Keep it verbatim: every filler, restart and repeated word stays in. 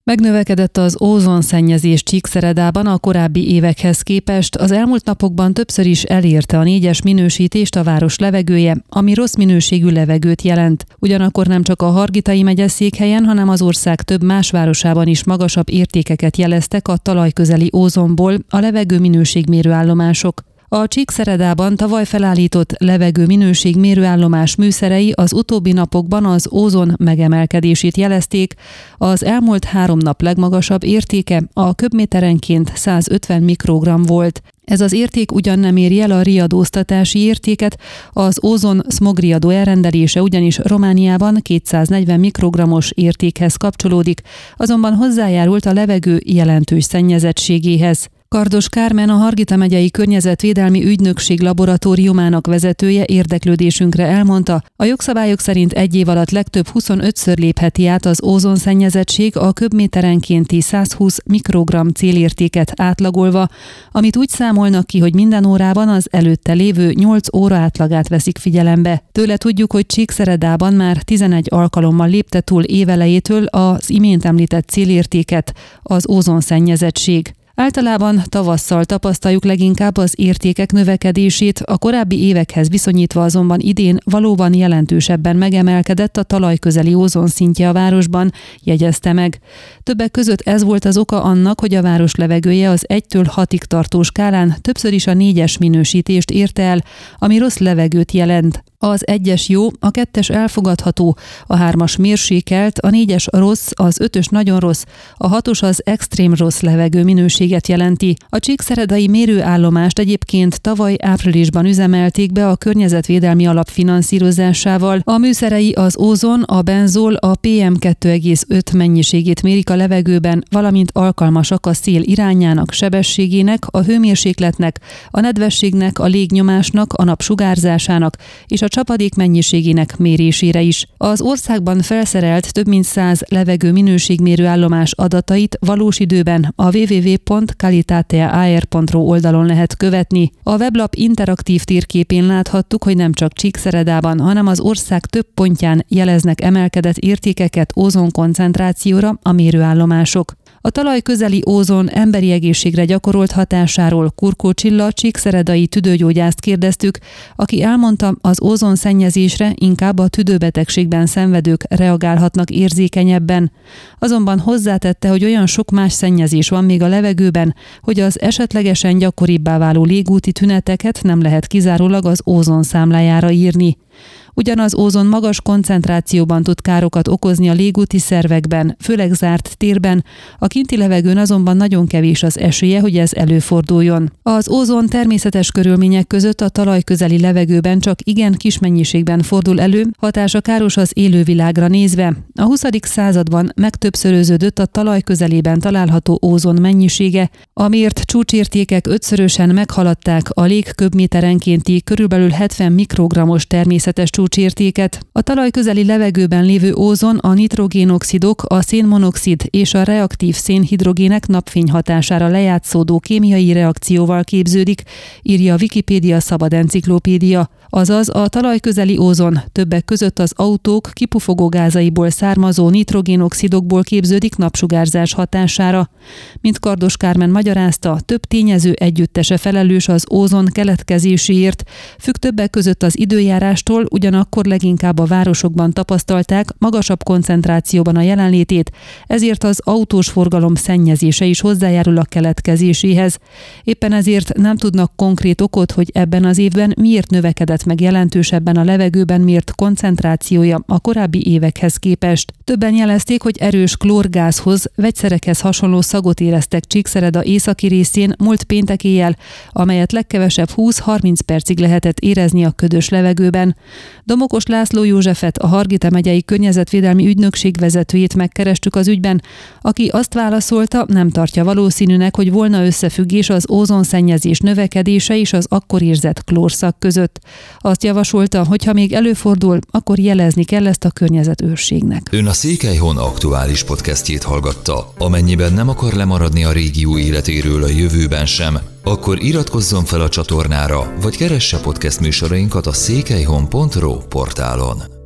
Megnövekedett az ózonszennyezés Csíkszeredában a korábbi évekhez képest, az elmúlt napokban többször is elérte a négyes minősítést a város levegője, ami rossz minőségű levegőt jelent. Ugyanakkor nem csak a Hargitai megyeszékhelyen, hanem az ország több más városában is magasabb értékeket jeleztek a talajközeli ózonból a levegő minőségmérő állomások. A Csíkszeredában tavaly felállított levegő minőségmérőállomás műszerei az utóbbi napokban az ózon megemelkedését jelezték. Az elmúlt három nap legmagasabb értéke a köbméterenként százötven mikrogramm volt. Ez az érték ugyan nem éri el a riadóztatási értéket, az ózon szmogriadó elrendelése ugyanis Romániában kétszáznegyven mikrogrammos értékhez kapcsolódik, azonban hozzájárult a levegő jelentős szennyezettségéhez. Kardos Kármen, a Hargita megyei környezetvédelmi ügynökség laboratóriumának vezetője érdeklődésünkre elmondta, a jogszabályok szerint egy év alatt legtöbb huszonötször lépheti át az ózonszennyezettség a köbméterenkénti százhúsz mikrogramm célértéket átlagolva, amit úgy számolnak ki, hogy minden órában az előtte lévő nyolc óra átlagát veszik figyelembe. Tőle tudjuk, hogy Csíkszeredában már tizenegy alkalommal lépte túl évelejétől az imént említett célértéket az ózonszennyezettség. Általában tavasszal tapasztaljuk leginkább az értékek növekedését, a korábbi évekhez viszonyítva azonban idén valóban jelentősebben megemelkedett a talajközeli ózon szintje a városban, jegyezte meg. Többek között ez volt az oka annak, hogy a város levegője az egytől hatig tartó skálán többször is a négyes minősítést érte el, ami rossz levegőt jelent. Az egyes jó, a kettes elfogadható, a hármas mérsékelt, a négyes rossz, az ötös nagyon rossz, a hatos az extrém rossz levegő minőséget jelenti. A csíkszeredai mérőállomást egyébként tavaly áprilisban üzemelték be a környezetvédelmi alap finanszírozásával. A műszerei az ózon, a benzol, a pé em kettő egész öt mennyiségét mérik a levegőben, valamint alkalmasak a szél irányának, sebességének, a hőmérsékletnek, a nedvességnek, a légnyomásnak, a nap sugárzásának és a csapadék mennyiségének mérésére is. Az országban felszerelt több mint száz levegő minőségmérő állomás adatait valós időben a double-u double-u double-u pont kalitateaer pont ro oldalon lehet követni. A weblap interaktív térképén láthattuk, hogy nem csak Csíkszeredában, hanem az ország több pontján jeleznek emelkedett értékeket ózonkoncentrációra a mérőállomások. A talaj közeli ózon emberi egészségre gyakorolt hatásáról Kurkó Csilla csíkszeredai tüdőgyógyászt kérdeztük, aki elmondta, az ózonszennyezésre inkább a tüdőbetegségben szenvedők reagálhatnak érzékenyebben. Azonban hozzátette, hogy olyan sok más szennyezés van még a levegőben, hogy az esetlegesen gyakoribbá váló légúti tüneteket nem lehet kizárólag az ózon számlájára írni. Ugyanaz ózon magas koncentrációban tud károkat okozni a légúti szervekben, főleg zárt térben, a kinti levegőn azonban nagyon kevés az esélye, hogy ez előforduljon. Az ózon természetes körülmények között a talaj közeli levegőben csak igen kis mennyiségben fordul elő, hatása káros az élővilágra nézve. A huszadik században megtöbbszöröződött a talaj közelében található ózon mennyisége, a mért csúcsértékek ötszörösen meghaladták a légköbméterenkénti körülbelül hetven mikrogrammos természetes csúcsértéket. A talaj közeli levegőben lévő ózon a nitrogénoxidok, a szénmonoxid és a reaktív szénhidrogének napfény hatására lejátszódó kémiai reakcióval képződik, írja a Wikipédia Szabad Enciklopédia. Azaz a talaj közeli ózon többek között az autók kipufogó gázaiból származó nitrogénoxidokból képződik napsugárzás hatására. Mint Kardos Kármen magyarázta, több tényező együttese felelős az ózon keletkezéséért, függ többek között az időjárástól, ugyanakkor leginkább a városokban tapasztalták magasabb koncentrációban a jelenlétét, ezért az autós forgalom szennyezése is hozzájárul a keletkezéséhez. Éppen ezért nem tudnak konkrét okot, hogy ebben az évben miért növekedett meg jelentősebben a levegőben mért koncentrációja a korábbi évekhez képest. Többen jelezték, hogy erős klórgázhoz, vegyszerekhez hasonló szagot éreztek Csíkszereda északi részén múlt péntek éjjel, amelyet legkevesebb húsz-harminc percig lehetett érezni a ködös levegőben. Domokos László Józsefet, a Hargita megyei környezetvédelmi ügynökség vezetőjét megkerestük az ügyben, aki azt válaszolta, nem tartja valószínűnek, hogy volna összefüggés az ózonszennyezés növekedése és az akkor érzett klórszag között. Azt javasolta, hogy ha még előfordul, akkor jelezni kell ezt a környezetőrségnek. Ön a Székelyhon aktuális podcastjét hallgatta. Amennyiben nem akar lemaradni a régió életéről a jövőben sem, akkor iratkozzon fel a csatornára, vagy keresse podcast műsorainkat a székelyhon pont ro portálon.